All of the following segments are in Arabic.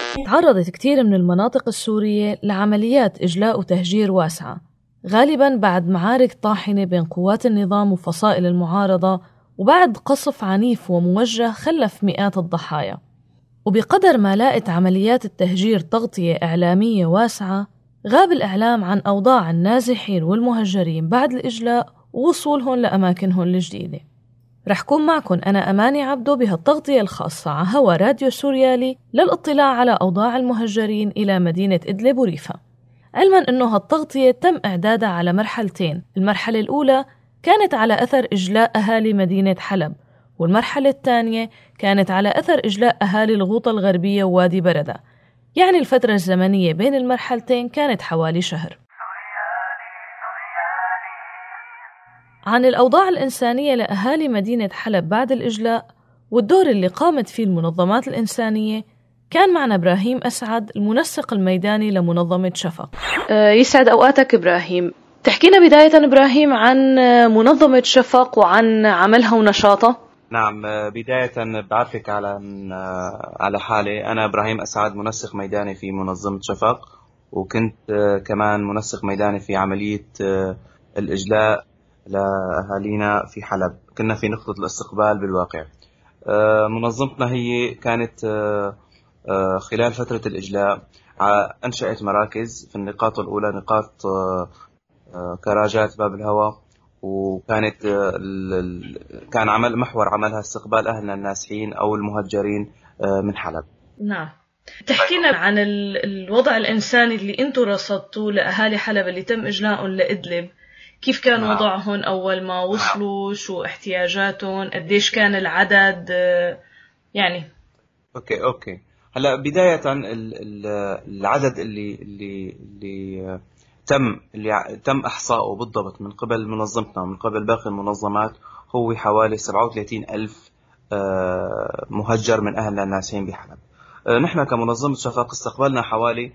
تعرضت كتير من المناطق السورية لعمليات إجلاء وتهجير واسعة، غالباً بعد معارك طاحنة بين قوات النظام وفصائل المعارضة، وبعد قصف عنيف وموجه خلف مئات الضحايا. وبقدر ما لاقت عمليات التهجير تغطية إعلامية واسعة، غاب الإعلام عن أوضاع النازحين والمهجرين بعد الإجلاء ووصولهم لأماكنهم الجديدة. رح كون معكم أنا أماني عبدو بهالتغطية الخاصة على هوا راديو سوريالي للاطلاع على أوضاع المهجرين إلى مدينة إدلب وريفا. علماً أنه هالتغطية تم إعدادها على مرحلتين، المرحلة الأولى كانت على أثر إجلاء أهالي مدينة حلب، والمرحلة الثانية كانت على أثر إجلاء أهالي الغوطة الغربية ووادي بردة، يعني الفترة الزمنية بين المرحلتين كانت حوالي شهر. عن الأوضاع الإنسانية لأهالي مدينة حلب بعد الإجلاء والدور اللي قامت فيه المنظمات الإنسانية، كان معنا إبراهيم أسعد المنسق الميداني لمنظمة شفق. يسعد أوقاتك إبراهيم. تحكينا بداية إبراهيم عن منظمة شفق وعن عملها ونشاطها. نعم، بداية بعرفك على حالي. أنا إبراهيم أسعد منسق ميداني في منظمة شفق، وكنت كمان منسق ميداني في عملية الإجلاء لأهالينا في حلب. كنا في نقطة الاستقبال بالواقع. منظمتنا هي كانت خلال فترة الإجلاء أنشأت مراكز في النقاط الأولى، نقاط كراجات باب الهوى، وكانت كان محور عملها استقبال أهلنا النازحين أو المهجرين من حلب. نعم، تحكينا عن الوضع الإنساني اللي أنتم رصدتوه لأهالي حلب اللي تم إجلاءهم لإدلب. كيف كان وضعهم أول ما وصلوا؟ شو احتياجاتهم؟ قديش كان العدد يعني؟ أوكي. هلا بداية العدد اللي تم إحصاؤه بالضبط من قبل منظمتنا ومن قبل باقي المنظمات هو حوالي 37,000 مهجر من أهلنا النازحين بحلب. نحن كمنظمة شفق استقبلنا حوالي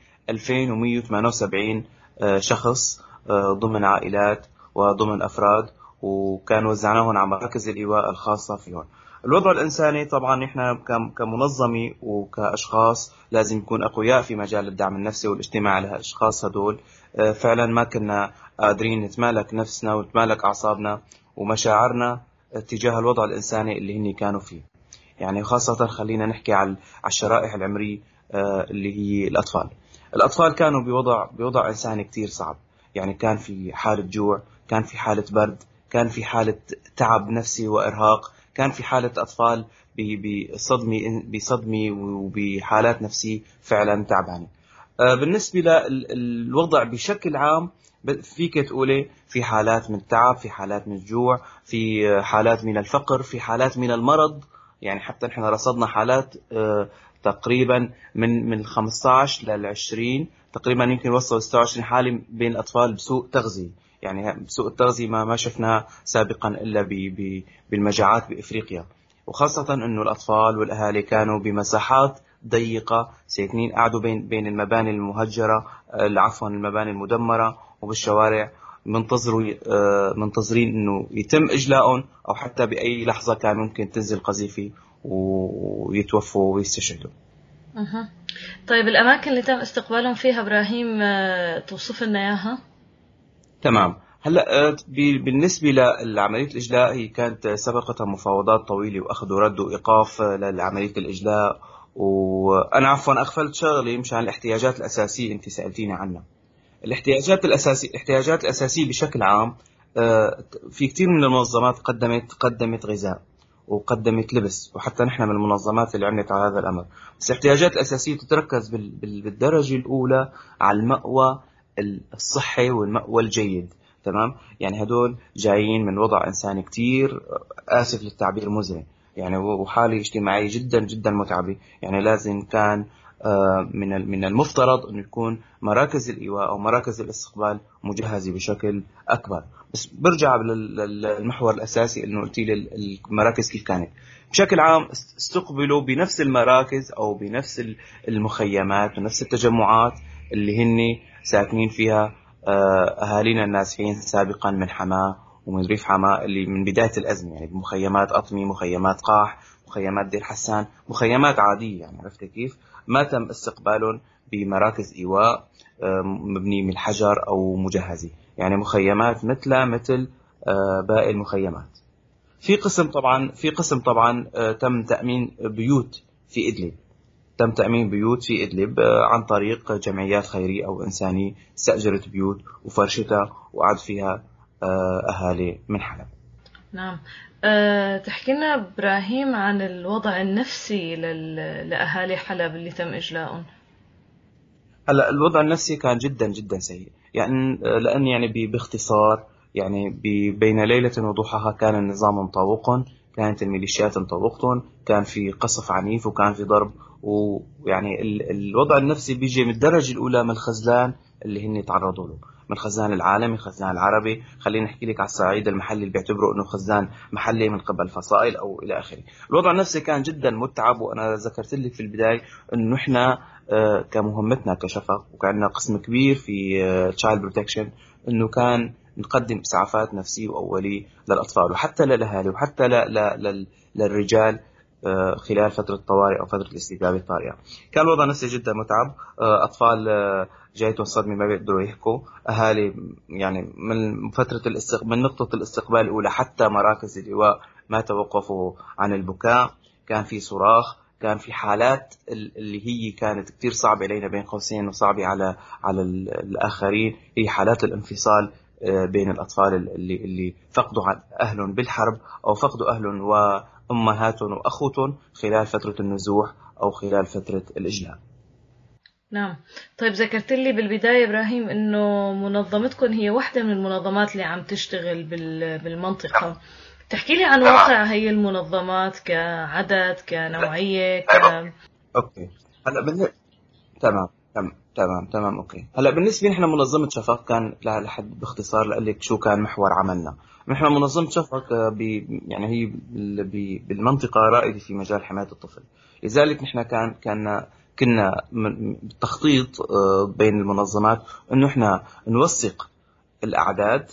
2178 شخص ضمن عائلات وضمن أفراد، وكانوا وزعناهم على مراكز الإيواء الخاصة فيهم. الوضع الإنساني طبعا نحن كمنظمة وكأشخاص لازم نكون أقوياء في مجال الدعم النفسي والاجتماعي لهالأشخاص هدول. فعلا ما كنا قادرين نتمالك نفسنا ونتمالك أعصابنا ومشاعرنا تجاه الوضع الإنساني اللي هني كانوا فيه. يعني خاصة خلينا نحكي على الشرائح العمرية اللي هي الأطفال كانوا بوضع إنساني كتير صعب. يعني كان في حالة جوع، كان في حالة برد، كان في حالة تعب نفسي وإرهاق، كان في حالة أطفال بصدمة وبحالات نفسية فعلا تعبانة. بالنسبة للوضع بشكل عام فيك تقولي في حالات من التعب، في حالات من الجوع، في حالات من الفقر، في حالات من المرض. يعني حتى نحن رصدنا حالات تقريبا من 15 ل 20 تقريبا، يمكن وصلوا 26 حالة بين الأطفال بسوء تغذية. يعني بسوء التغذية ما شفناه سابقا إلا بالمجاعات بإفريقيا. وخاصة أنه الأطفال والأهالي كانوا بمساحات ضيقة ساكنين، قعدوا بين المباني المهجرة، المباني المدمرة، وبالشوارع منتظرين أنه يتم إجلاءهم، أو حتى بأي لحظة كان ممكن تنزل قذيفة ويتوفوا ويستشهدوا. طيب الأماكن اللي تم استقبالهم فيها إبراهيم توصف لنا إياها؟ تمام. هلا بالنسبة لعملية الإجلاء هي كانت سبقتها مفاوضات طويلة وأخذ ورد وإيقاف لعملية الإجلاء. وأنا عفوا أغفلت شغلي مشان الاحتياجات الأساسية أنت سألتيني عنها. الاحتياجات الأساسية بشكل عام، في كتير من المنظمات قدمت غذاء وقدمت لبس، وحتى نحن من المنظمات اللي عملت على هذا الأمر. بس الاحتياجات الأساسية تتركز بالدرجة الأولى على المأوى الصحي والمأوى الجيد. تمام، يعني هدول جايين من وضع إنساني كتير، آسف للتعبير، مزري يعني، وحالة اجتماعية جدا جدا متعبة. يعني لازم كان من المفترض أن يكون مراكز الإيواء أو مراكز الاستقبال مجهزة بشكل أكبر. بس برجع للمحور الأساسي إنه قلت لي المراكز كيف كانت بشكل عام. استقبلوا بنفس المراكز أو بنفس المخيمات ونفس التجمعات اللي هن ساكنين فيها أهالينا النازحين سابقا من حماة ومن ريف حماة اللي من بداية الأزمة، يعني مخيمات أطمي، مخيمات قاح، مخيمات دير حسان، مخيمات عادية يعني، عرفت كيف؟ ما تم استقبالهم بمراكز إيواء مبنية من الحجر أو مجهزة، يعني مخيمات مثل باقي المخيمات. في قسم طبعا تم تأمين بيوت في إدلب، تم تأمين بيوت في إدلب عن طريق جمعيات خيرية أو إنسانية استأجرت بيوت وفرشتها وقعد فيها أهالي من حلب. نعم. تحكي لنا إبراهيم عن الوضع النفسي لأهالي حلب اللي تم إجلاؤهم. هلا الوضع النفسي كان جدا جدا سيء، يعني لأن يعني باختصار يعني بين ليلة وضحاها كان النظام مطوقهم، كانت الميليشيات مطوقتهم، كان في قصف عنيف وكان في ضرب، ويعني الوضع النفسي بيجي من الدرجة الأولى من الخذلان اللي هن تعرضوا له، من الخزان العالمي، الخزان العربي، خلينا نحكي لك على الصعيد المحلي اللي بيعتبروا انه خزان محلي من قبل فصائل او الى اخره. الوضع النفسي كان جدا متعب، وانا ذكرت لك في البدايه انه احنا كمهمتنا كشفق وكعندنا قسم كبير في تشايلد بروتكشن انه كان نقدم اسعافات نفسيه واوليه للاطفال وحتى للاهالي وحتى للرجال خلال فترة الطوارئ أو فترة الاستجابة الطارئة. كان الوضع نفسي جدا متعب، أطفال جايتهم الصدمة ما بيقدروا يحكوا، أهالي يعني من فترة من نقطة الاستقبال الأولى حتى مراكز الإيواء ما توقفوا عن البكاء، كان في صراخ، كان في حالات اللي هي كانت كتير صعبة علينا بين قوسين وصعبة على الآخرين، هي حالات الانفصال بين الأطفال اللي فقدوا أهلهم بالحرب أو فقدوا أهلهم وأمهاتهم وأخوتهم خلال فترة النزوح أو خلال فترة الإجلاء. نعم. طيب ذكرت لي بالبداية إبراهيم إنه منظمتكم هي واحدة من المنظمات اللي عم تشتغل بالمنطقة. تحكي لي عن واقع هي المنظمات كعدد كنوعية أوكي. هلا تمام تمام اوكي. هلا بالنسبه نحن منظمه شفق كان لحد باختصار لاقول لك شو كان محور عملنا. نحن منظمه شفق يعني هي بالمنطقه رائده في مجال حمايه الطفل، لذلك نحن كنا بالتخطيط بين المنظمات انه احنا نوثق الاعداد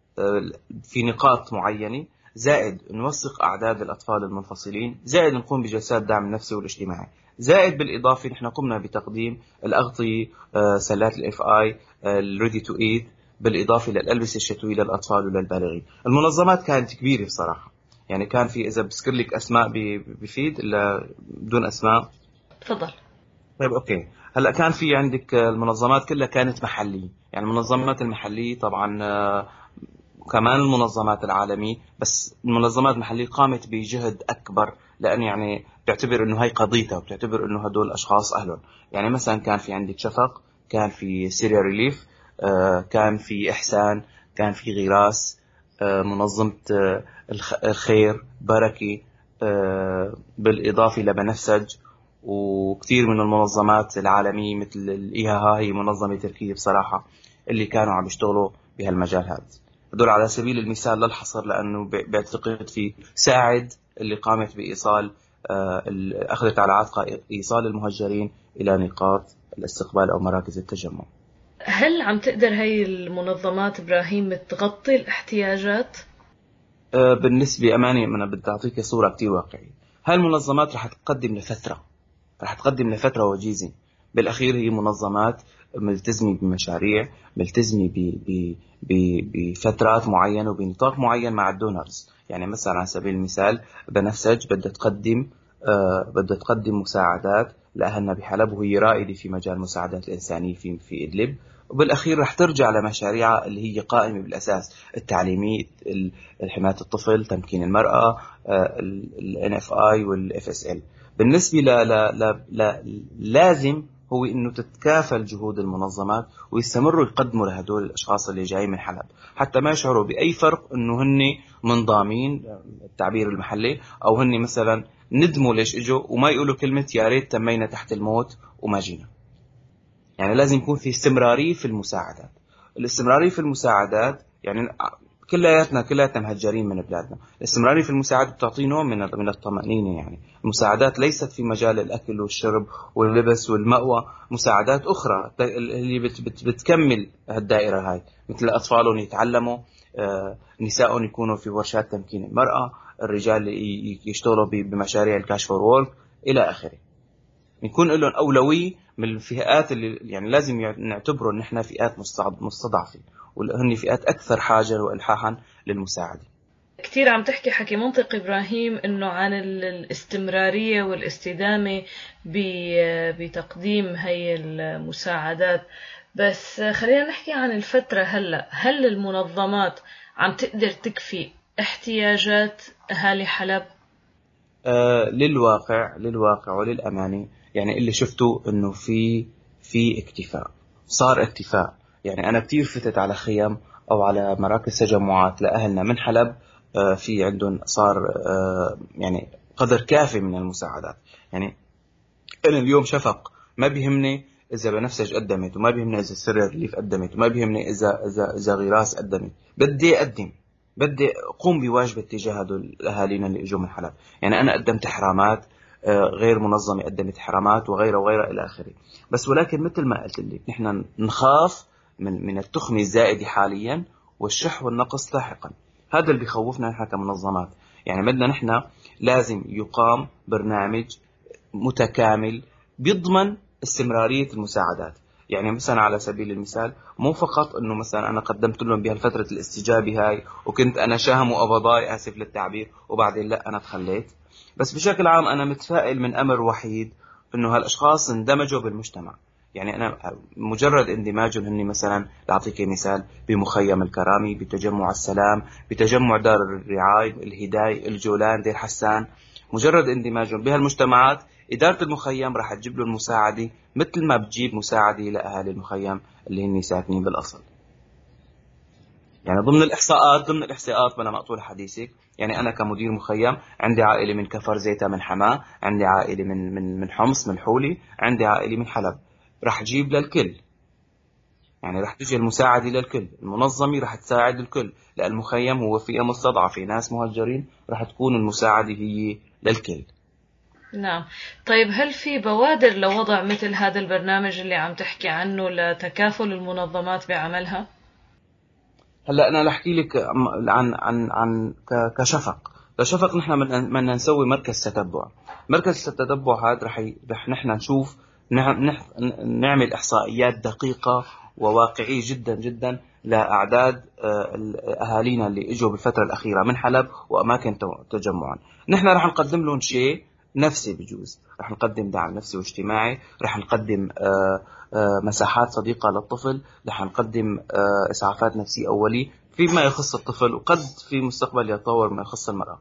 في نقاط معينه، زائد نوثق اعداد الاطفال المنفصلين، زائد نقوم بجلسات دعم النفسي والاجتماعي، زائد بالإضافة نحن قمنا بتقديم الأغطية سلات الاف اي الريدي تو ايت، بالإضافة للألبسة الشتوية للأطفال وللبالغين. المنظمات كانت كبيرة بصراحة، يعني كان في إذا بذكر لك أسماء بفيد إلا بدون أسماء. تفضل. طيب أوكي. هلأ كان في عندك المنظمات كلها كانت محلية، يعني المنظمات المحلية طبعا كمان المنظمات العالمية، بس المنظمات المحلية قامت بجهد أكبر لأن يعني بتعتبر إنه هاي قضيتها وبتعتبر إنه هدول أشخاص أهلهم. يعني مثلا كان في عندك شفق، كان في سيريا ريليف، كان في إحسان، كان في غراس، منظمة الخير، بركة، بالإضافة لبنفسج، وكثير من المنظمات العالمية مثل الإيهاها، هي منظمة تركية بصراحة اللي كانوا عم يشتغلوا بهالمجال هذا. هدول على سبيل المثال للحصر، لأنه بيعتقد في ساعد اللي قامت بإيصال أخذت على عاتقها إيصال المهجرين إلى نقاط الاستقبال أو مراكز التجمع. هل عم تقدر هاي المنظمات إبراهيم تغطي الاحتياجات؟ بالنسبة أماني أنا بدي أعطيك صورة كتير واقعية. هاي المنظمات رح تقدم لفترة وجيزة. بالأخير هي منظمات ملتزمة بمشاريع، ملتزمة بفترات معينة وبنطاق معين مع الدونرز. يعني مثلا على سبيل المثال بنفسج بدها تقدم مساعدات لأهلنا بحلب، وهي رائدة في مجال المساعدات الإنسانية في إدلب. وبالأخير رح ترجع لمشاريعها اللي هي قائمة بالأساس التعليمية، حماية الطفل، تمكين المرأة، ال NFI وال FSL. بالنسبة لازم هو إنه تتكافل جهود المنظمات ويستمروا يقدموا لهدول الأشخاص اللي جايين من حلب حتى ما يشعروا بأي فرق إنه هن منضامين، التعبير المحلي، أو هن مثلا ندموا ليش إجوا، وما يقولوا كلمة يا ريت تمينا تحت الموت وما جينا. يعني لازم يكون في استمرارية في المساعدات. الاستمرارية في المساعدات يعني كلياتنا مهجرين من بلادنا. الاستمرارية في المساعدة بتعطي نوع من الطمأنينة. يعني المساعدات ليست في مجال الأكل والشرب واللبس والمأوى، مساعدات أخرى اللي بتكمل الدائرة هاي، مثل أطفالهم يتعلموا، نساء يكونوا في ورشات تمكين المرأة، الرجال يشتغلوا بمشاريع الكاش فور وورك إلى آخره. يكون لهم أولوية من الفئات اللي يعني لازم نعتبره إن إحنا فئات مستضعفين، وهن فئات أكثر حاجة وإلحاحا للمساعدة. كثير عم تحكي حكي منطق إبراهيم إنه عن الاستمرارية والاستدامة بتقديم هي المساعدات، بس خلينا نحكي عن الفترة هلأ. هل المنظمات عم تقدر تكفي احتياجات أهالي حلب؟ للواقع وللأمانة يعني اللي شفته إنه في اكتفاء، صار اكتفاء. يعني أنا كتير فتت على خيام أو على مراكز تجمعات لأهلنا من حلب، في عندهم صار يعني قدر كافي من المساعدات. يعني أنا اليوم شفق ما بيهمني إذا بنفسج قدمت، وما بيهمني إذا سر ريليف قدمت، وما بيهمني إذا غراس قدمت. بدي أقوم بواجبي تجاه هدول أهالينا اللي إجوا من حلب. يعني أنا قدمت حرامات، غير منظمة قدمت حرامات وغيرها إلى آخره. بس ولكن مثل ما قلت لك نحن نخاف من التخمة الزائدة حاليا والشح والنقص لاحقا. هذا اللي بيخوفنا نحن كمنظمات. يعني بدنا نحن لازم يقام برنامج متكامل بيضمن استمرارية المساعدات. يعني مثلا على سبيل المثال مو فقط انه مثلا انا قدمت لهم بهالفترة الاستجابة هاي وكنت انا شهم وابضاي، اسف للتعبير، وبعدين لا انا تخليت. بس بشكل عام انا متفائل من امر وحيد، انه هالاشخاص اندمجوا بالمجتمع. يعني انا مجرد اندماجهم هني مثلا، لاعطيك مثال، بمخيم الكرامي، بتجمع السلام، بتجمع دار الرعاية، الهداية، الجولان، دير حسان، مجرد اندماجهم بهالمجتمعات إدارة المخيم راح تجيب له المساعدة مثل ما بتجيب مساعدة لأهالي المخيم اللي هن ساكنين بالأصل. يعني ضمن الإحصاءات بلا مقطوع حديثك، يعني أنا كمدير مخيم عندي عائلة من كفر زيتا من حماة، عندي عائلة من حمص من حولي، عندي عائلة من حلب. راح تجيب للكل، يعني راح تجي المساعدة للكل، المنظمة راح تساعد الكل، لأن المخيم هو فئة مستضعفة، ناس مهجرين، راح تكون المساعدة هي للكل. نعم. طيب هل في بوادر لوضع مثل هذا البرنامج اللي عم تحكي عنه لتكافل المنظمات بعملها؟ هلا انا رح لك عن كشفق نحن بدنا نسوي مركز تتبع. مركز التتبع هذا رح نحن نشوف، نعمل احصائيات دقيقه وواقعيه جدا جدا لاعداد اهالينا اللي اجوا بالفتره الاخيره من حلب واماكن تجمعهم. نحن رح نقدم لهم شيء نفسي، بجوز رح نقدم دعم نفسي واجتماعي، رح نقدم مساحات صديقة للطفل، رح نقدم إسعافات نفسية أولية فيما يخص الطفل، وقد في مستقبل يتطور ما يخص المرأة.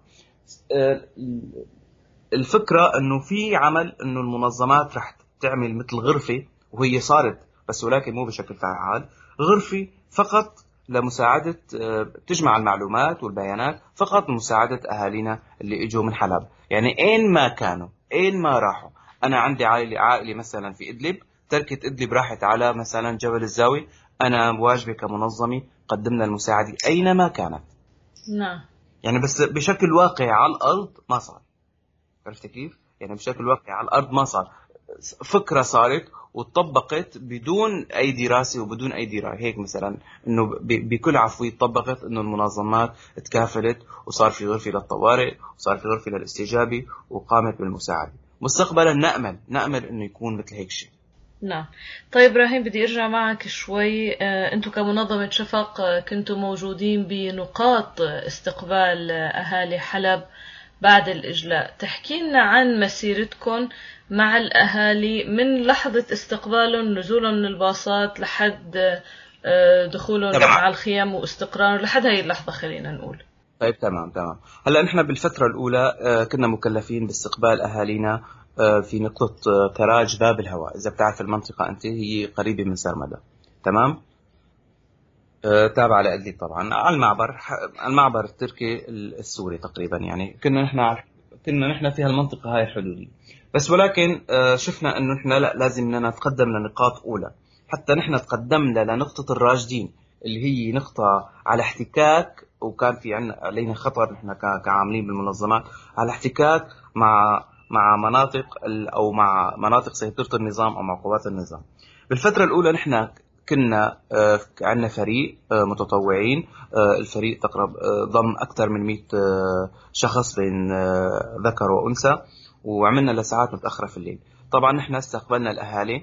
الفكرة أنه في عمل، أنه المنظمات رح تعمل مثل غرفة، وهي صارت بس ولكن مو بشكل فعال، غرفة فقط لمساعدة، تجمع المعلومات والبيانات فقط لمساعدة أهالينا اللي إجوا من حلب. يعني أين ما كانوا، أين ما راحوا. أنا عندي عائلة مثلا في إدلب، تركت إدلب راحت على مثلا جبل الزاوية، أنا بواجبي كمنظمة قدمنا المساعدة أينما كانت. نعم. يعني بس بشكل واقعي على الأرض ما صار. عرفت كيف؟ يعني بشكل واقعي على الأرض ما صار. فكرة صارت وطبقت بدون أي دراسة وبدون أي دراية. هيك مثلا إنه بكل عفوية طبقت إنه المنظمات تكافلت، وصار في غرفة للطوارئ، وصار في غرفة للاستجابة، وقامت بالمساعدة. مستقبلا نأمل إنه يكون مثل هيك شيء. نعم. طيب إبراهيم، بدي أرجع معك شوي. أنتم كمنظمة شفق كنتوا موجودين بنقاط استقبال أهالي حلب بعد الإجلاء. تحكي لنا عن مسيرتكم مع الأهالي من لحظة استقبالهم، نزولهم من الباصات، لحد دخولهم مع الخيام واستقرارهم لحد هاي اللحظة، خلينا نقول. طيب تمام. هلا نحن بالفترة الأولى كنا مكلفين باستقبال أهالينا في نقطة كراج باب الهواء. إذا بتعرف المنطقة أنت، هي قريبة من سرمدة، تمام؟ تابعة لأدلب طبعا، على المعبر التركي السوري تقريبا. يعني كنا نحن في هالمنطقة هاي الحدودية. بس ولكن شفنا أنه نحن لا، لازم نتقدم لنقاط أولى. حتى نحن تقدمنا لنقطة الراجدين اللي هي نقطة على احتكاك، وكان في علينا خطر نحن كعاملين بالمنظمات على احتكاك مع مناطق، أو مع مناطق سيطرة النظام أو مع قوات النظام. بالفترة الأولى نحن كنا عندنا فريق متطوعين. الفريق تقرب ضم أكثر من 100 شخص بين ذكر وأنثى، وعملنا لساعات متأخرة في الليل. طبعا نحن استقبلنا الأهالي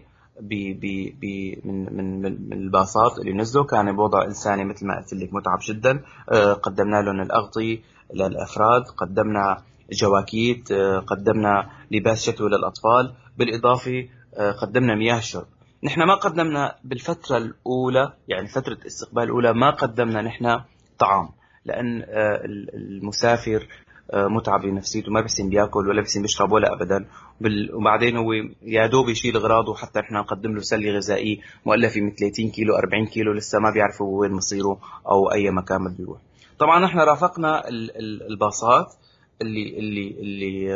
من الباصات اللي نزلوا، كان بوضع إنساني مثل ما قلت لك متعب جدا. قدمنا لهم الأغطية للأفراد، قدمنا جواكيت، قدمنا لباس شتوي للأطفال، بالإضافة قدمنا مياه شرب. نحن ما قدمنا بالفترة الأولى، يعني فترة الاستقبال الأولى ما قدمنا نحن طعام، لأن المسافر متعب بنفسيته، ما بيحسن بياكل ولا بيحسن بيشرب ولا أبدا. وبعدين هو يا دوب يشيل أغراضه، حتى نحن نقدم له سلة غذائية مؤلفة من 30 كيلو 40 كيلو، لسه ما بيعرفوا وين مصيره أو أي مكان بده يروح. طبعا نحن رافقنا الباصات اللي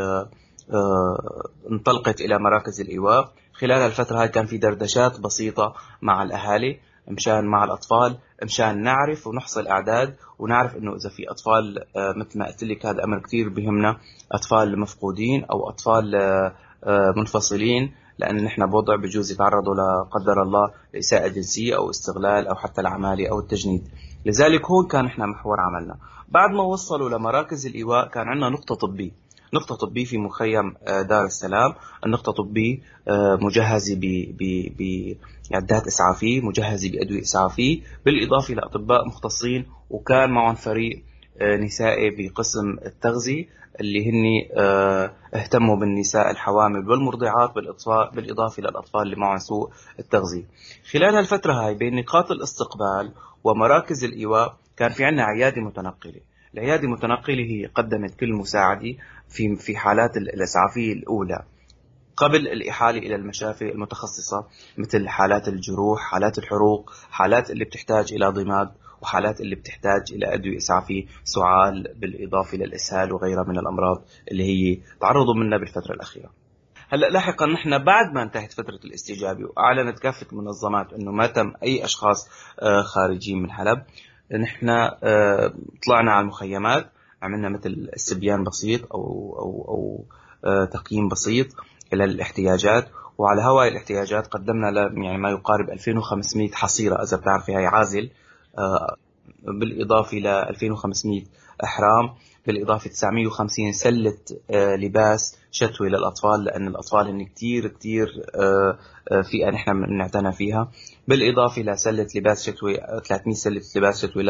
انطلقت إلى مراكز الإيواء. خلال الفترة هاي كان في دردشات بسيطة مع الأهالي مع الأطفال، مشان نعرف ونحصل أعداد، ونعرف إنه إذا في أطفال مثل ما قلت لك هذا أمر كتير بهمنا، أطفال مفقودين أو أطفال منفصلين، لأن نحن بوضع بجوز يتعرضوا لا قدر الله لإساءة جنسية أو استغلال أو حتى العمالة أو التجنيد. لذلك هون كان إحنا محور عملنا. بعد ما وصلوا لمراكز الإيواء كان عندنا نقطة طبية في مخيم دار السلام. النقطة طبية مجهزة بعدات إسعافية، مجهزة بأدوية إسعافية، بالإضافة لأطباء مختصين، وكان معهم فريق نسائي بقسم التغذية اللي هن اهتموا بالنساء الحوامل والمرضعات، بالإضافة للأطفال اللي معهم سوء التغذية. خلال الفترة هاي بين نقاط الاستقبال ومراكز الإيواء كان في عنا عيادة متنقلة. العيادة المتنقلة هي قدمت كل مساعدة في حالات الإسعافية الأولى قبل الإحالة إلى المشافي المتخصصة، مثل حالات الجروح، حالات الحروق، حالات اللي بتحتاج إلى ضماد، وحالات اللي بتحتاج إلى أدوية إسعافية، سعال، بالإضافة للإسهال وغيرها من الأمراض اللي هي تعرضوا منها بالفترة الأخيرة. هلأ لاحقا نحن بعد ما انتهت فترة الاستجابة وأعلنت كافة المنظمات أنه ما تم أي أشخاص خارجين من حلب، نحن طلعنا على المخيمات، عملنا مثل استبيان بسيط أو تقييم بسيط إلى الاحتياجات. وعلى هواء الاحتياجات قدمنا يعني ما يقارب 2500 حصيرة، إذا بتعرفي هاي عازل، بالإضافة ل 2500 أحرام، بالإضافة 950 سلة لباس شتوي للأطفال، لأن الأطفال هن كتير فئة نحن نعتنى فيها، بالإضافة لسلة لباس شتوي 300 سلة لباس شتوي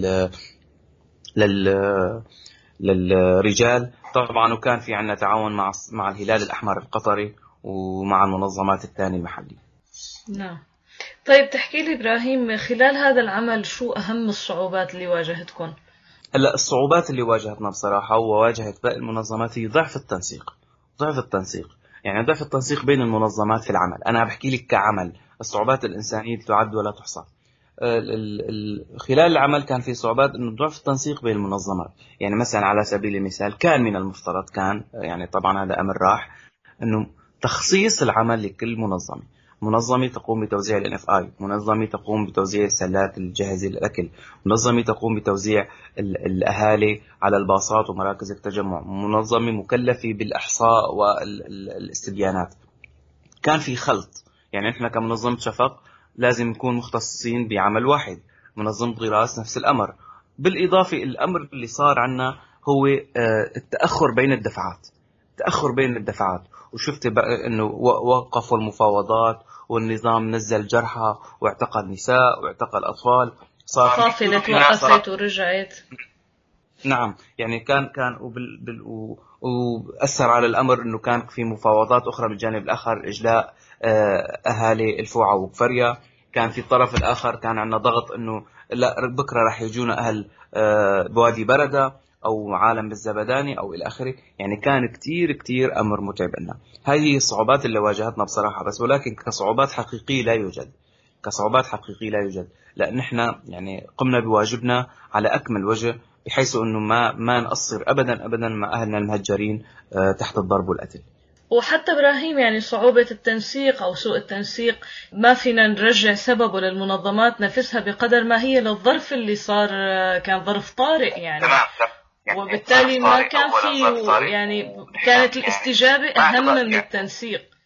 للرجال طبعا. وكان في عنا تعاون مع الهلال الأحمر القطري ومع المنظمات الثانية المحلية. نعم. طيب تحكي لي إبراهيم، خلال هذا العمل شو أهم الصعوبات اللي واجهتكم؟ هلا الصعوبات اللي واجهتنا بصراحة وواجهت باقي المنظمات هي ضعف التنسيق. يعني ضعف التنسيق بين المنظمات في العمل. أنا بحكي لك كعمل، الصعوبات الإنسانية تعد ولا تحصى. خلال العمل كان في صعوبات إنه ضعف التنسيق بين المنظمات. يعني مثلا على سبيل المثال كان من المفترض، يعني طبعا هذا أمر راح، إنه تخصيص العمل لكل منظمة تقوم بتوزيع NFI، منظمة تقوم بتوزيع السلات الجاهزة للأكل، منظمة تقوم بتوزيع الأهالي على الباصات ومراكز التجمع، منظمة مكلفة بالإحصاء والاستبيانات. كان في خلط. يعني إحنا كمنظمة شفق لازم نكون مختصين بعمل واحد، منظمة غراس نفس الأمر. بالإضافة الأمر اللي صار عنا هو التأخر بين الدفعات. وشفت بقى إنه وقفوا المفاوضات، والنظام نزل جرحى واعتقل نساء واعتقل أطفال، صار قافلة وقفت ورجعت. نعم، يعني كان وأثر على الأمر إنه كان في مفاوضات أخرى من الجانب الآخر، إجلاء أهالي الفوعة وكفرية. كان في الطرف الآخر كان عندنا ضغط إنه لا بكرة رح يجونا أهل بوادي بردة أو عالم بالزبداني أو إلى آخره. يعني كان كتير أمر متعب لنا. هذه الصعوبات اللي واجهتنا بصراحة، بس ولكن كصعوبات حقيقية لا يوجد، لأن إحنا يعني قمنا بواجبنا على أكمل وجه، بحيث أنه ما نقصر أبدا مع أهلنا المهجرين تحت الضرب والقتل. وحتى إبراهيم، يعني صعوبة التنسيق أو سوء التنسيق ما فينا نرجع سببه للمنظمات نفسها بقدر ما هي للظرف اللي صار، كان ظرف طارئ يعني. وبالتالي ما كان في، يعني كانت الاستجابة أهم من التنسيق.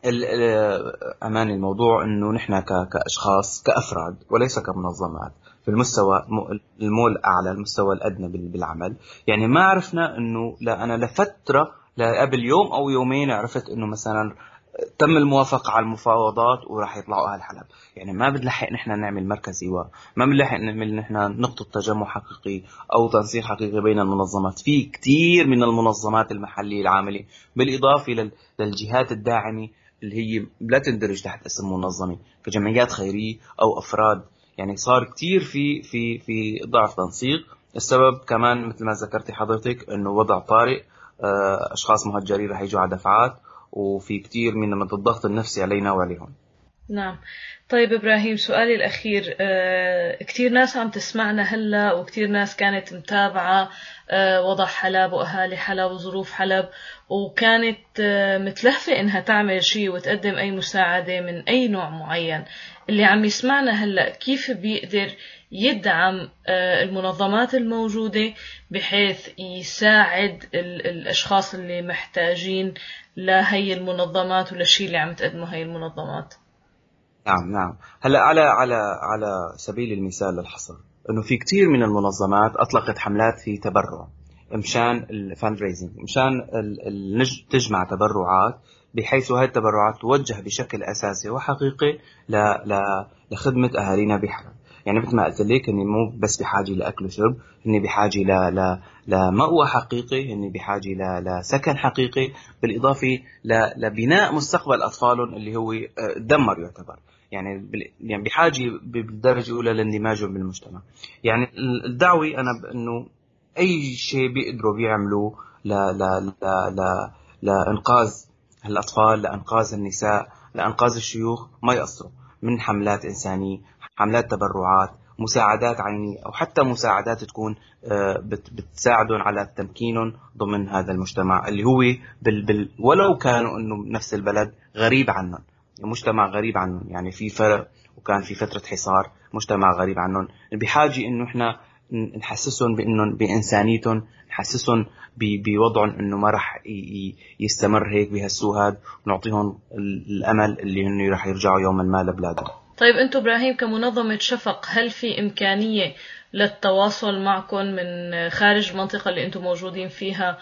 أمان الموضوع أنه نحن كأشخاص كأفراد وليس كمنظمات في المستوى المول الأعلى المستوى الأدنى بالعمل. يعني ما عرفنا أنه لا أنا لفترة قبل يوم أو يومين عرفت أنه مثلا تم الموافقة على المفاوضات وراح يطلعوا أهل حلب. يعني ما بنلحق نحن نعمل مركز إيواء، ما بنلحق نعمل نحن نقطة تجمع حقيقي أو تنسيق حقيقي بين المنظمات. في كتير من المنظمات المحلية العاملة بالإضافة للجهات الداعمة اللي هي لا تندرج تحت اسم منظمة كجمعيات خيرية أو أفراد. يعني صار كتير في ضعف تنسيق. السبب كمان مثل ما ذكرتي حضرتك أنه وضع طارئ، أشخاص مهجرين رح يجوا على دفعات، وفي كتير من الضغط النفسي علينا وعليهم. نعم. طيب إبراهيم، سؤالي الأخير، كتير ناس عم تسمعنا هلأ وكتير ناس كانت متابعة وضع حلب وأهالي حلب وظروف حلب، وكانت متلهفة إنها تعمل شيء وتقدم أي مساعدة من أي نوع معين. اللي عم يسمعنا هلأ كيف بيقدر يدعم المنظمات الموجودة بحيث يساعد الأشخاص اللي محتاجين لهي المنظمات وللشيء اللي عم تقدمه هي المنظمات؟ نعم. هلا على سبيل المثال للحصر، انه في كتير من المنظمات اطلقت حملات في تبرع مشان الفاند ريزنج، مشان تجمع تبرعات، بحيث هذه التبرعات توجه بشكل اساسي وحقيقي لخدمه اهالينا بحلب. يعني مثل ما قلت لك، اني مو بس بحاجه لاكل وشرب، اني بحاجه لمأوى حقيقي، اني بحاجه لسكن حقيقي، بالاضافه لبناء مستقبل اطفالهم اللي هو دمر يعتبر. يعني بحاجه بالدرجه الاولى لاندماجهم بالمجتمع. يعني الدعوه انا بانه اي شيء بيقدروا بيعملوه لانقاذ الاطفال، لانقاذ النساء، لانقاذ الشيوخ، ما يقصروا من حملات انسانيه، حملات تبرعات، مساعدات عينيه، او حتى مساعدات تكون بتساعدهم على تمكينهم ضمن هذا المجتمع اللي هو ولو كانوا انه نفس البلد غريب عنهم، مجتمع غريب عنهم. يعني في فرق، وكان في فترة حصار، مجتمع غريب عنهم، بحاجة انه احنا نحسسهم بانهم بانسانيتهم، نحسسهم بوضعهم انه ما راح يستمر هيك بهالسوهاد، ونعطيهم الامل اللي انه راح يرجعوا يوما ما لبلادهم. طيب انتم ابراهيم كمنظمة شفق، هل في امكانية للتواصل معكم من خارج المنطقة اللي انتم موجودين فيها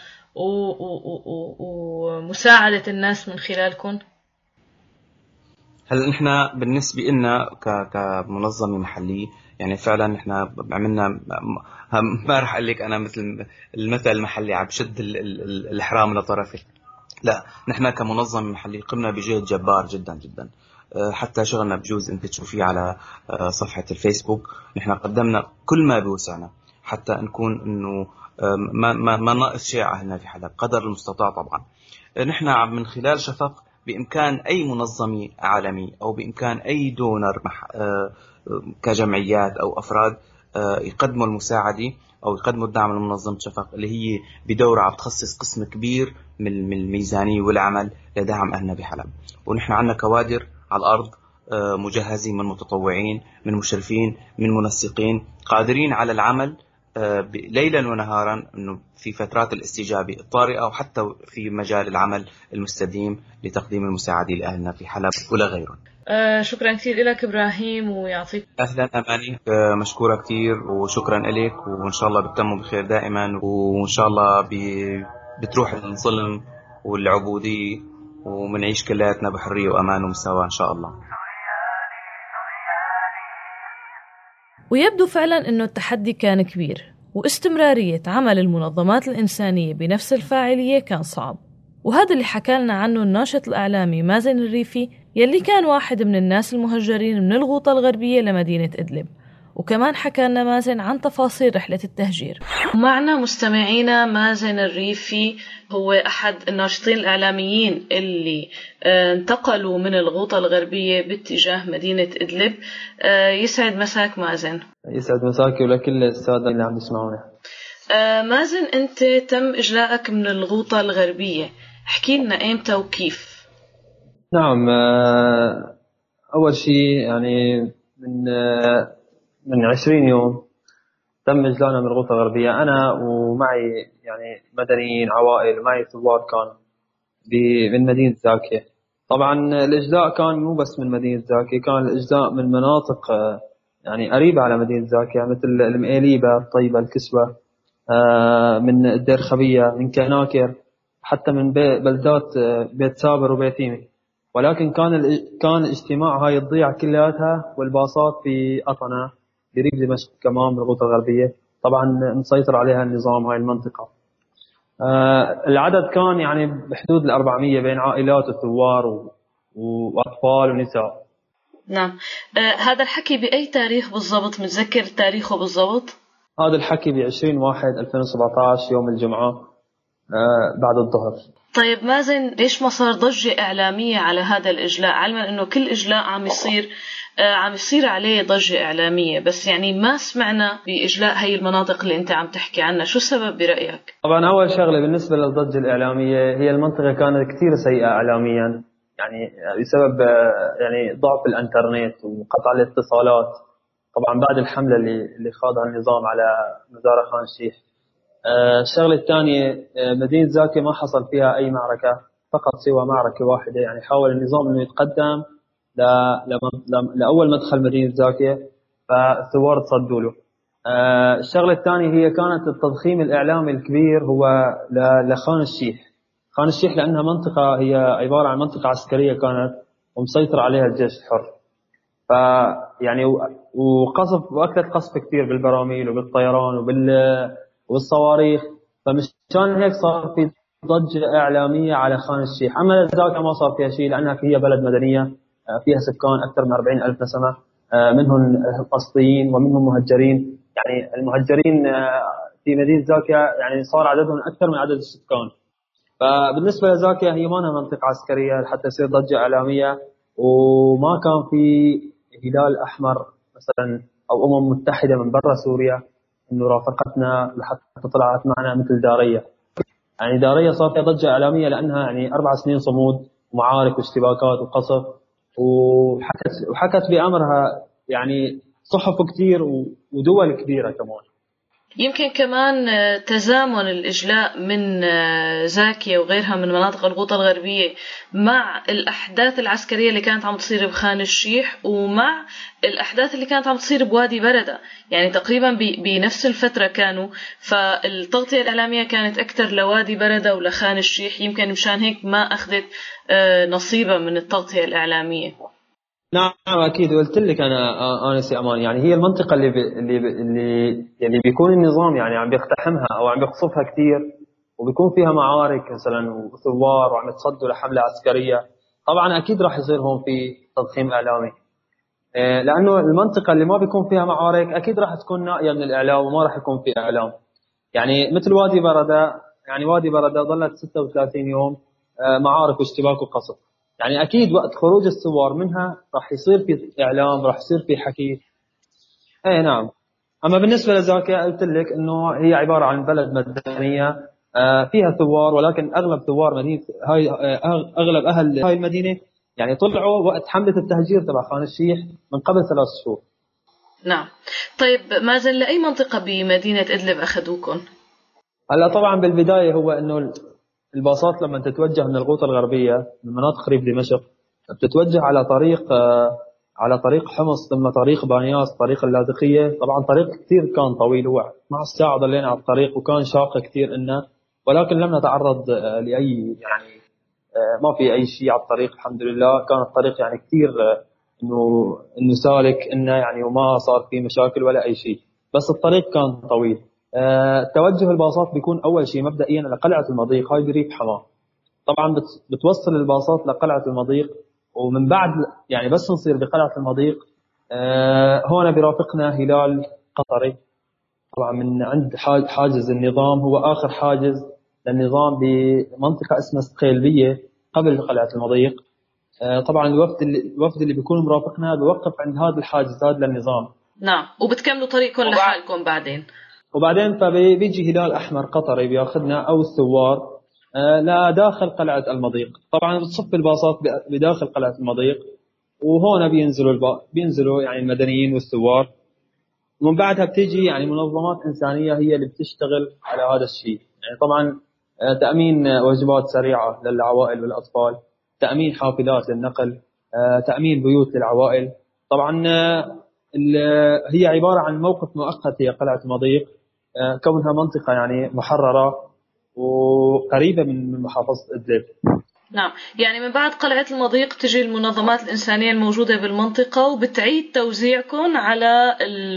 ومساعدة الناس من خلالكم؟ هلا نحن بالنسبة لنا كمنظمة محلية، يعني فعلا نحن عملنا، ما راح اقول لك انا مثل المثل المحلي عم بشد الاحرام لطرفه. لا، نحن كمنظمة محلية قمنا بجهد جبار جدا جدا. حتى شغلنا بجوز انت تشوفيه على صفحة الفيسبوك. نحن قدمنا كل ما بوسعنا حتى نكون انه ما ناقص شيء على اهلنا في حلب قدر المستطاع. طبعا نحن من خلال شفق بإمكان أي منظمة عالمية أو بإمكان أي دونر كجمعيات أو أفراد يقدموا المساعدة أو يقدموا الدعم لمنظمة شفق، اللي هي بدورة عم تخصص قسم كبير من الميزانية والعمل لدعم أهلنا بحلب. ونحن عندنا كوادر على الأرض مجهزين من متطوعين، من مشرفين، من منسقين، قادرين على العمل ليلا ونهارا، انه في فترات الاستجابه الطارئه وحتى في مجال العمل المستديم لتقديم المساعدة لاهلنا في حلب ولغيرهم. شكرا كثير لك ابراهيم ويعطيك. اهلا اماني، مشكوره كثير وشكرا لك، وان شاء الله بتتموا بخير دائما، وان شاء الله بتروح الظلم والعبوديه ومنعيش كلياتنا بحريه وامان ومساواه ان شاء الله. ويبدو فعلا أنه التحدي كان كبير، واستمرارية عمل المنظمات الإنسانية بنفس الفاعلية كان صعب. وهذا اللي حكى لنا عنه الناشط الإعلامي مازن الريفي، يلي كان واحد من الناس المهجرين من الغوطة الغربية لمدينة إدلب. وكمان حكى لنا مازن عن تفاصيل رحلة التهجير. ومعنا مستمعينا مازن الريفي، هو أحد الناشطين الإعلاميين اللي انتقلوا من الغوطة الغربية باتجاه مدينة إدلب. يسعد مساك مازن. يسعد مساك ولكل السادة اللي عم يسمعونا. مازن، أنت تم إجلاءك من الغوطة الغربية، احكي لنا إمتى وكيف؟ نعم، أول شيء يعني من 20 يوم تم إجلاءنا من الغوطة الغربية، أنا ومعي يعني مدنيين عوائل، معي ثوار كان من مدينة زاكية. طبعا الإجلاء كان مو بس من مدينة زاكية، كان الإجلاء من مناطق يعني قريبة على مدينة زاكية، مثل المئيليبة، الطيبة، الكسوة، من الدير خبية، من كناكر، حتى من بلدات بيت سابر وبيتيمي. ولكن كان اجتماع هاي الضيعة كلياتها والباصات في أطنة قريب دمشق كمان بالغوطة الغربية. طبعا مسيطر عليها النظام هاي المنطقة. العدد كان يعني بحدود 400 بين عائلات وثوار وأطفال ونساء. نعم. هذا الحكي بأي تاريخ بالضبط؟ متذكر تاريخه بالضبط؟ هذا الحكي ب20/1/2017 يوم الجمعة بعد الظهر. طيب مازن، ليش ما صار ضجة إعلامية على هذا الإجلاء، علما أنه كل إجلاء عم يصير عليه ضجة إعلامية، بس يعني ما سمعنا بإجلاء هاي المناطق اللي أنت عم تحكي عنها؟ شو السبب برأيك؟ طبعا أول شغلة بالنسبة للضجة الإعلامية، هي المنطقة كانت كثير سيئة إعلاميا، يعني بسبب يعني ضعف الإنترنت وقطع الاتصالات. طبعا بعد الحملة اللي خاضها النظام على مزار خان الشيخ. الشغلة الثانية، مدينة زاكية ما حصل فيها أي معركة، فقط سوى معركة واحدة. يعني حاول النظام أنه يتقدم لأول مدخل مدينة زاكية، فالثوار تصدوا له. الشغلة الثانية هي كانت التضخيم الإعلامي الكبير هو لخان الشيخ. خان الشيخ لأنها منطقة هي عبارة عن منطقة عسكرية كانت، ومسيطر عليها الجيش الحر. فيعني وقصف وأكلت قصف كثير بالبراميل وبالطيران والصواريخ. فمشان هيك صار في ضجة إعلامية على خان الشيخ. أما ذاك ما صار فيها شيء، لأنها هي بلد مدنية فيها سكان أكثر من 40,000 نسمة، منهم قسطيين ومنهم مهجرين. يعني المهجرين في مدينة زاكية يعني صار عددهم أكثر من عدد السكان. فبالنسبة لزاكية هي ما أنها منطقة عسكرية لحتى يصير ضجة إعلامية، وما كان في هلال أحمر مثلا أو أمم متحدة من برا سوريا إنه رافقتنا لحتى طلعت معنا مثل دارية. يعني دارية صار فيها ضجة إعلامية لأنها يعني 4 سنين صمود ومعارك واشتباكات وقصف، وحكت بأمرها يعني صحف كتير ودول كبيرة كمان. يمكن كمان تزامن الإجلاء من زاكية وغيرها من مناطق الغوطة الغربية مع الأحداث العسكرية اللي كانت عم تصير بخان الشيح، ومع الأحداث اللي كانت عم تصير بوادي بردة، يعني تقريبا بنفس الفترة كانوا. فالتغطية الإعلامية كانت أكثر لوادي بردة ولخان الشيح، يمكن مشان هيك ما أخذت نصيبا من التغطية الإعلامية. نعم أكيد. قلت لك أنا سي أمان، يعني هي المنطقة اللي بيكون النظام يعني عم بيقتحمها أو عم بيقصفها كثير، وبيكون فيها معارك مثلا وثوار وعم يتصدوا لحملة عسكرية. طبعا أكيد راح يصير هون في تضخيم إعلامي، لأنه المنطقة اللي ما بيكون فيها معارك أكيد راح تكون نائية من الإعلام وما راح يكون في إعلام. يعني مثل وادي بردة، يعني وادي بردة ظلت 36 يوم معارك واشتباك وقصف. يعني أكيد وقت خروج الثوار منها راح يصير في إعلام، راح يصير في حكي. إيه نعم. أما بالنسبة لزاكية قلت لك إنه هي عبارة عن بلد مدنية فيها ثوار، ولكن أغلب ثوار مدينة هاي أغلب أهل هاي المدينة يعني طلعوا وقت حملة التهجير تبع خان الشيح من قبل 3 شهور. نعم. طيب مازن، لأي منطقة بمدينة إدلب أخذوكم؟ هلا طبعا بالبداية هو إنه الباصات لما تتوجه من الغوطة الغربية من مناطق ريف دمشق بتتوجه على طريق حمص، ثم طريق بانياس، طريق اللاذقية. طبعا طريق كثير كان طويل، هو 12 ساعة ضلينا على الطريق، وكان شاق كثير إنه، ولكن لم نتعرض لأي يعني ما في أي شيء على الطريق الحمد لله. كان الطريق يعني كثير إنه سالك إنه يعني، وما صار فيه مشاكل ولا أي شيء، بس الطريق كان طويل. توجه الباصات بيكون أول شيء مبدئيا لقلعة المضيق، هاي بريف حماه. طبعا بتوصل الباصات لقلعة المضيق، ومن بعد يعني بس نصير بقلعة المضيق هون بيرافقنا هلال قطري. طبعا من عند حاجز النظام، هو آخر حاجز للنظام بمنطقة اسمها سقيلبية قبل قلعة المضيق. طبعا الوفد اللي بيكون مرافقنا بيوقف عند هذا الحاجز هذا للنظام. نعم. وبتكملوا طريقكم لحالكم وبعدين فبيجي هلال أحمر قطري بياخذنا أو الثوار لداخل قلعة المضيق. طبعا بتصف الباصات بداخل قلعة المضيق، وهون بينزلوا يعني المدنيين والثوار. ومن بعدها بتيجي يعني منظمات إنسانية هي اللي بتشتغل على هذا الشيء. يعني طبعا تأمين وجبات سريعة للعوائل والأطفال، تأمين حافلات للنقل، تأمين بيوت للعوائل. طبعا هي عبارة عن موقف مؤقت، هي قلعة المضيق كونها منطقة يعني محررة وقريبة من محافظة إدلب. نعم، يعني من بعد قلعة المضيق تجي المنظمات الإنسانية الموجودة بالمنطقة وبتعيد توزيعكم على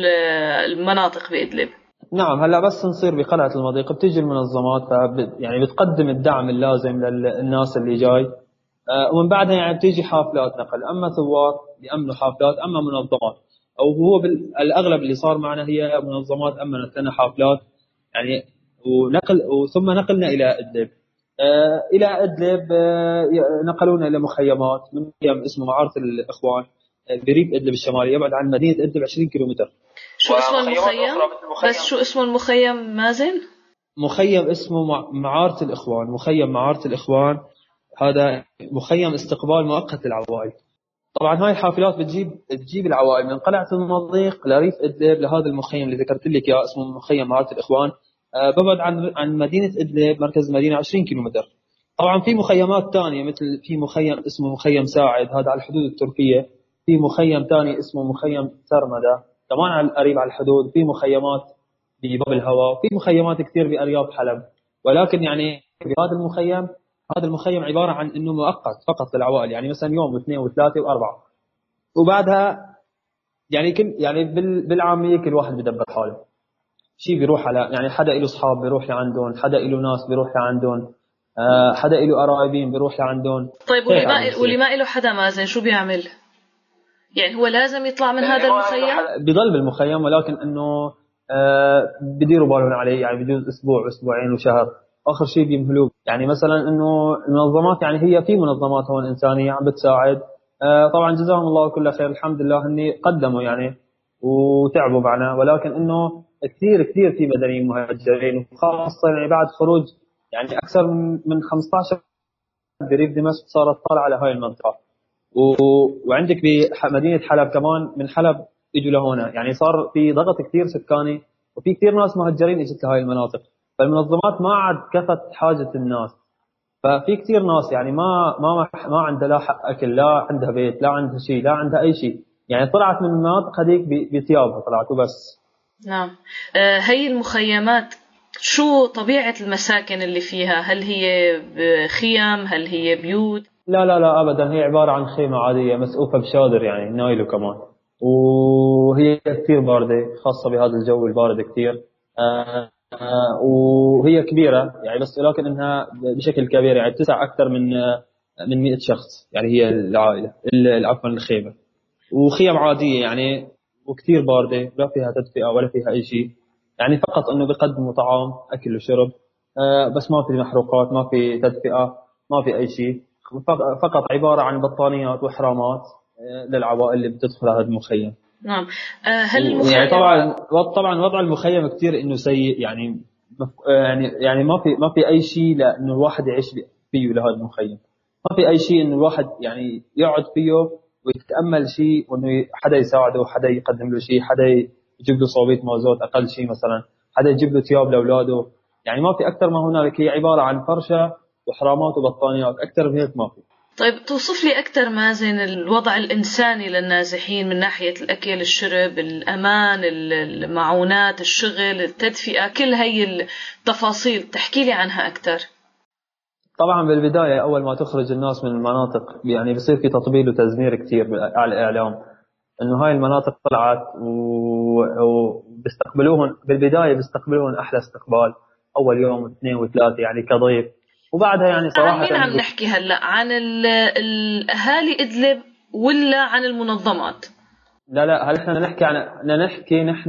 المناطق بإدلب. نعم، هلا بس نصير بقلعة المضيق بتيجي المنظمات يعني بتقدم الدعم اللازم للناس اللي جاي، ومن بعدها يعني بتيجي حافلات نقل، اما ثوار بيأمنوا حافلات، اما منظمات او هو بالاغلب اللي صار معنا هي منظمات امنت لنا حافلات يعني ونقل، وثم نقلنا الى ادلب. الى ادلب نقلونا الى مخيمات، من مخيم اسمه معارة الاخوان بريف ادلب الشمالي، يبعد عن مدينة ادلب 20 كيلومتر. شو اسمه المخيم؟ بس شو اسمه المخيم مازن؟ مخيم اسمه معارة الإخوان، مخيم معارة الإخوان، هذا مخيم استقبال مؤقت للعوائل. طبعا هاي الحافلات بتجيب العوائل من قلعة المضيق لريف إدلب لهذا المخيم اللي ذكرت لك اياه اسمه مخيم معارة الإخوان، ببعد عن مدينة إدلب مركز المدينة 20 كيلومتر. طبعا في مخيمات ثانية، مثل في مخيم اسمه مخيم ساعد، هذا على الحدود التركية. في مخيم ثاني اسمه مخيم سرمدة كمان قريب على الحدود. في مخيمات بباب الهواء، وفي مخيمات كثير بأرياف حلب. ولكن يعني بهذا المخيم، هذا المخيم عبارة عن انه مؤقت فقط للعوائل، يعني مثلا يوم واثنين وثلاثة وأربعة، وبعدها يعني بالعامية كل واحد بدبر حاله. شيء بيروح على يعني حدا له اصحاب بيروح لعندهم، حدا له ناس بيروح لعندهم، حدا له قرايبين بيروح لعندهم. طيب واللي ما له حدا مازن شو بيعمل؟ يعني هو لازم يطلع من هذا المخيم؟ بيضل بالمخيم، ولكن انه بديروا بالهم عليه، يعني بجوز اسبوع اسبوعين وشهر، اخر شيء بيمهلوه. يعني مثلا انه المنظمات، يعني هي في منظمات هون انسانيه عم بتساعد، طبعا جزاهم الله كل خير، الحمد لله هني قدموا يعني وتعبوا معنا، ولكن انه كثير كثير في مدنيين مهجرين، وخاصه يعني بعد خروج يعني اكثر من 15 بريف دمشق صارت طالعه على هاي المنطقه. وعندك بمدينه حلب كمان، من حلب اجوا لهنا، يعني صار في ضغط كثير سكاني، وفي كثير ناس مهجرين اجت لهاي المناطق، فالمنظمات ما عاد كفت حاجه الناس. ففي كثير ناس يعني ما عندها لا حق اكل، لا عندها بيت، لا عندها شيء، لا عندها اي شيء، يعني طلعت من المناطق هذيك بثيابها طلعت وبس. نعم. هي المخيمات شو طبيعة المساكن اللي فيها؟ هل هي خيم؟ هل هي بيوت؟ لا ابدا، هي عباره عن خيمه عاديه مسقوفه بشادر يعني نايلو كمان، وهي كثير بارده، خاصه بهذا الجو البارد كثير. وهي كبيره يعني، بس ولكن انها بشكل كبير يعني بتسع اكثر من 100 شخص، يعني هي العائله عفوا الخيمه. وخيم عاديه يعني، وكثير بارده، لا فيها تدفئه ولا فيها اي شيء، يعني فقط انه بيقدموا طعام اكل وشرب، بس ما في محروقات، ما في تدفئه، ما في اي شيء، فقط عباره عن بطانيات وحرامات للعوائل اللي بتدخل هذا المخيم. نعم. هل المخيم يعني طبعا وضع المخيم كثير انه سيء، يعني يعني ما في اي شيء لانه الواحد يعيش فيه لهذا المخيم، ما في اي شيء انه الواحد يعني يقعد فيه ويتامل شيء، وانه حدا يساعده، حدا يقدم له شيء، حدا يجيب له صوبية مازوت اقل شيء مثلا، حدا يجيب له ثياب لاولاده، يعني ما في اكثر ما هنالك، هي عباره عن فرشه وحرامات وبطانيات، اكثر من هيك ما في. طيب توصف لي أكثر مازن الوضع الإنساني للنازحين من ناحية الأكل، الشرب، الأمان، المعونات، الشغل، التدفئة، كل هاي التفاصيل تحكي لي عنها أكثر. طبعا بالبداية أول ما تخرج الناس من المناطق يعني بصير في تطبيل وتزمير كثير على الإعلام، إنه هاي المناطق طلعت وبيستقبلوهن بالبداية، بيستقبلوهن أحلى استقبال أول يوم واثنين وثلاثة يعني كضيف، وبعدها يعني صراحة عن مين عم نحكي هلا؟ عن الأهالي إدلب ولا عن المنظمات؟ لا هل احنا نحكي نحن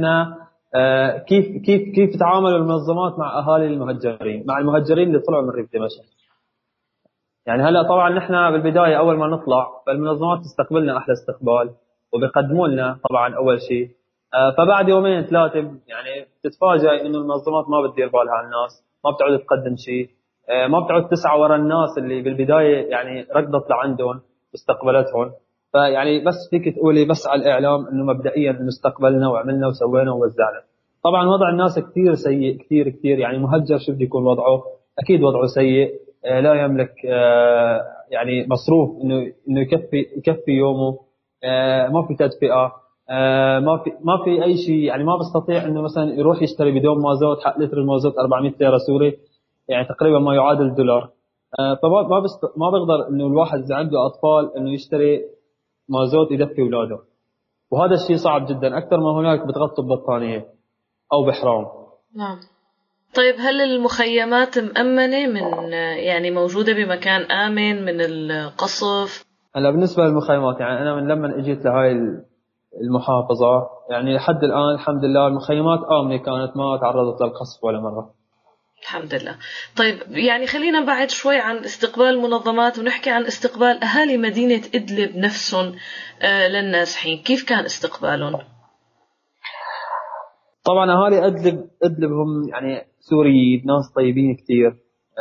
كيف تعامل المنظمات مع أهالي المهجرين، مع المهجرين اللي طلعوا من ريف دمشق. يعني هلا طبعا نحن بالبداية أول ما نطلع فالمنظمات تستقبلنا أحلى استقبال، وبيقدموا لنا طبعا أول شيء، فبعد يومين ثلاثة يعني تتفاجئ إنه المنظمات ما بتدير بالها على الناس، ما بتعود تقدم شيء، ما بتعود تسعى ورا الناس اللي بالبداية يعني ركضت لعندهم واستقبلتهم. فيعني بس فيك تقولي بس على الإعلام إنه مبدئيا إنه استقبلنا وعملنا وسوينا ووزعنا. طبعا وضع الناس كثير سيء، كثير يعني مهجر شو بده يكون وضعه؟ أكيد وضعه سيء، لا يملك يعني مصروف انه يكفي يومه، ما في تدفئه، ما في اي شيء، يعني ما بيستطيع انه مثلا يروح يشتري بدون مازوت، حق لتر المازوت 400 ليره سوري، يعني تقريبا ما يعادل دولار. ما بيقدر انه الواحد اذا عنده اطفال انه يشتري مازوت يدفي اولاده، وهذا الشيء صعب جدا. اكثر ما هناك بتغطوا ببطانيه او بحرام. نعم. طيب هل المخيمات مأمنة من يعني موجودة بمكان آمن من القصف؟ هلا بالنسبة للمخيمات، يعني أنا من لما اجيت لهاي المحافظة يعني لحد الآن الحمد لله المخيمات آمنة كانت، ما تعرضت للقصف ولا مرة. الحمد لله. طيب يعني خلينا نبعد شوي عن استقبال المنظمات ونحكي عن استقبال أهالي مدينة إدلب نفسهم للنازحين، كيف كان استقبالهم؟ طبعا أهالي إدلب هم يعني سوريين، ناس طيبين كثير،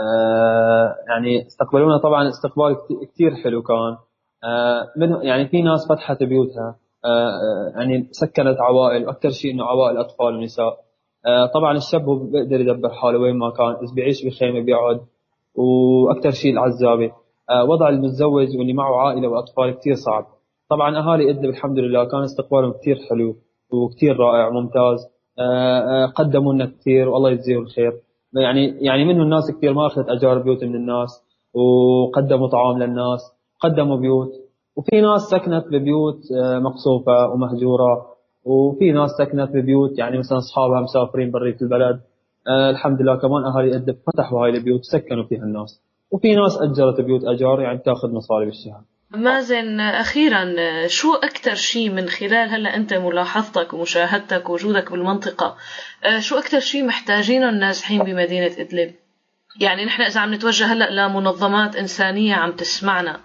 يعني استقبلونا طبعا استقبال كثير حلو كان. يعني في ناس فتحت بيوتها، يعني سكنت عوائل، واكثر شيء انه عوائل اطفال ونساء. طبعا الشاب هو بيقدر يدبر حاله وين ما كان، اذا بيعيش بخيمه بيقعد، واكثر شيء العزابه. وضع المتزوج واللي معه عائله واطفال كثير صعب. طبعا اهالي ادلب الحمد لله كان استقبالهم كثير حلو وكثير رائع ممتاز. قدموا لنا كثير والله يجزيهم الخير. يعني منهم الناس كثير ما اخذت اجار بيوت من الناس، وقدموا طعام للناس، قدموا بيوت. وفي ناس سكنت ببيوت مقصوفة ومهجورة، وفي ناس سكنت ببيوت يعني مثلا أصحابها مسافرين برية البلد. الحمد لله كمان أهالي إدلب فتحوا هاي البيوت سكنوا فيها الناس. وفي ناس أجرت بيوت أجار يعني تاخذ مصاري بالشهر. مازن أخيرا، شو أكتر شيء من خلال هلأ أنت ملاحظتك ومشاهدتك ووجودك بالمنطقة، شو أكتر شيء محتاجينه النازحين بمدينة إدلب؟ يعني نحن إذا عم نتوجه هلأ لمنظمات إنسانية عم تسمعنا،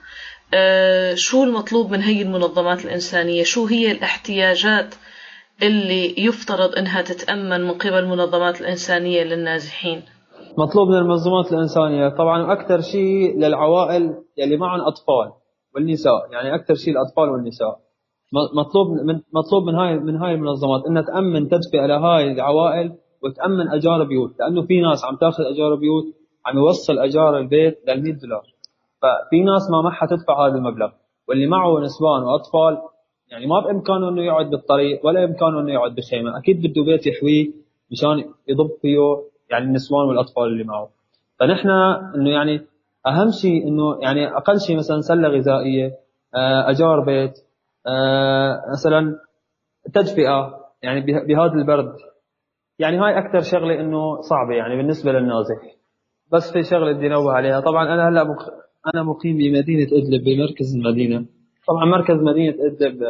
شو المطلوب من هي المنظمات الإنسانية؟ شو هي الاحتياجات اللي يفترض أنها تتأمن من قبل المنظمات الإنسانية للنازحين؟ مطلوب من المنظمات الإنسانية طبعا أكثر شيء للعوائل يلي معهم أطفال والنساء، يعني أكثر شيء الأطفال والنساء. مطلوب من هاي المنظمات إنها تأمن تدفئة لهاي العوائل وتأمن أجار بيوت، لأنه في ناس عم تاخذ أجار بيوت عم يوصل أجار البيت لل$100. ففي ناس ما معها تدفع هذا المبلغ، واللي معه نسوان وأطفال يعني ما بإمكانه إنه يقعد بالطريق ولا بإمكانه إنه يقعد بخيمة، أكيد بده بيت يحويه مشان يضب فيه يعني النسوان والأطفال اللي معه. فنحن إنه يعني أهم شيء إنه يعني أقل شيء مثلا سلة غذائية، أجار بيت، مثلا تدفئة يعني بهذا البرد. يعني هاي أكثر شغلة إنه صعبة يعني بالنسبة للنازح. بس في شغلة بدي أنوه عليها، طبعا أنا هلا أنا مقيم بمدينة إدلب بمركز المدينة. طبعا مركز مدينة إدلب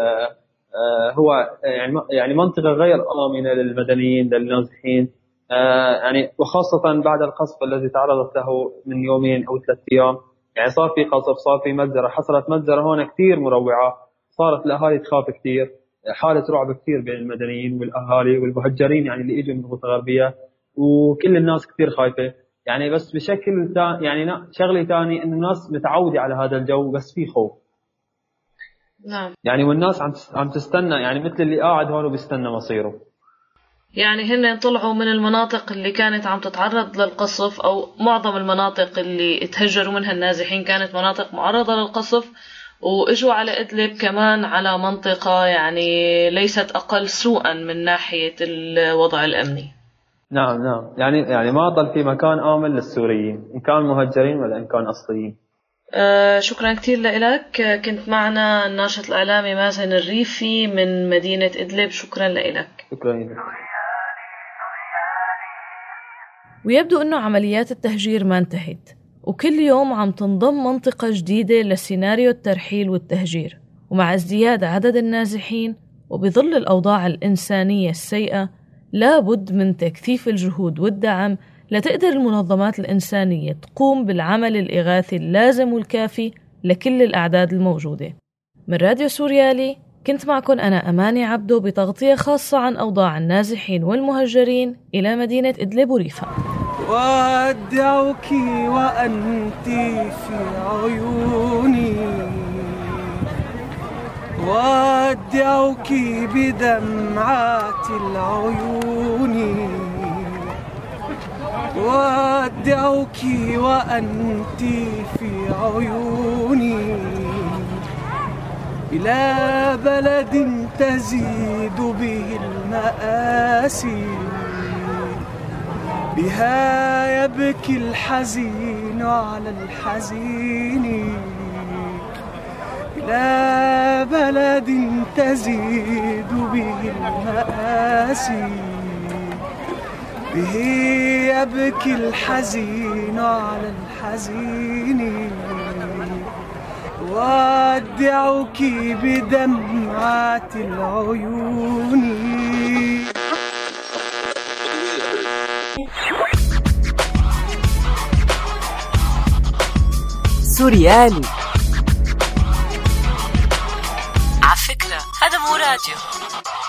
هو يعني منطقة غير آمنة للمدنيين للنازحين، يعني وخاصة بعد القصف الذي تعرضت له من 2 أو 3 أيام. يعني صار في قصف، صار في مجزرة، حصلت مجزرة هون كثير مروعة، صارت الأهالي تخاف كثير، حالة رعب كثير بين المدنيين والأهالي والمهجرين يعني اللي إجوا من الغوطة الغربية، وكل الناس كثير خايفة. يعني بس بشكل يعني شغلة ثاني إنه الناس متعودة على هذا الجو، بس في خوف. نعم. يعني والناس عم تستنى، يعني مثل اللي قاعد هون وبيستنى مصيره. يعني هن طلعوا من المناطق اللي كانت عم تتعرض للقصف، أو معظم المناطق اللي تهجروا منها النازحين كانت مناطق معرضة للقصف، وإجوا على إدلب كمان على منطقة يعني ليست أقل سوءا من ناحية الوضع الأمني. نعم يعني ما ضل في مكان آمن للسوريين، إن كان مهجرين ولا إن كان أصليين. شكرا كثير لك. كنت معنا الناشط الإعلامي مازن الريفي من مدينة إدلب. شكرا لك. شكرا لك. ويبدو أنه عمليات التهجير ما انتهت، وكل يوم عم تنضم منطقة جديدة لسيناريو الترحيل والتهجير. ومع ازدياد عدد النازحين وبظل الأوضاع الإنسانية السيئة، لابد من تكثيف الجهود والدعم لتقدر المنظمات الإنسانية تقوم بالعمل الإغاثي اللازم والكافي لكل الأعداد الموجودة. من راديو سوريالي كنت معكم أنا أماني عبدو بتغطية خاصة عن أوضاع النازحين والمهجرين إلى مدينة إدلب وريفها. وأودعك وأنت في عيوني، وأودعك بدمعات العيون، أودعك وأنت في عيوني إلى بلد تزيد به المآسي بها يبكي الحزين على الحزين إلى بلد تزيد به المآسي به يبكي الحزين على الحزين أودعك بدمعات العيون. سوريالي على فكرة هذا مو راديو،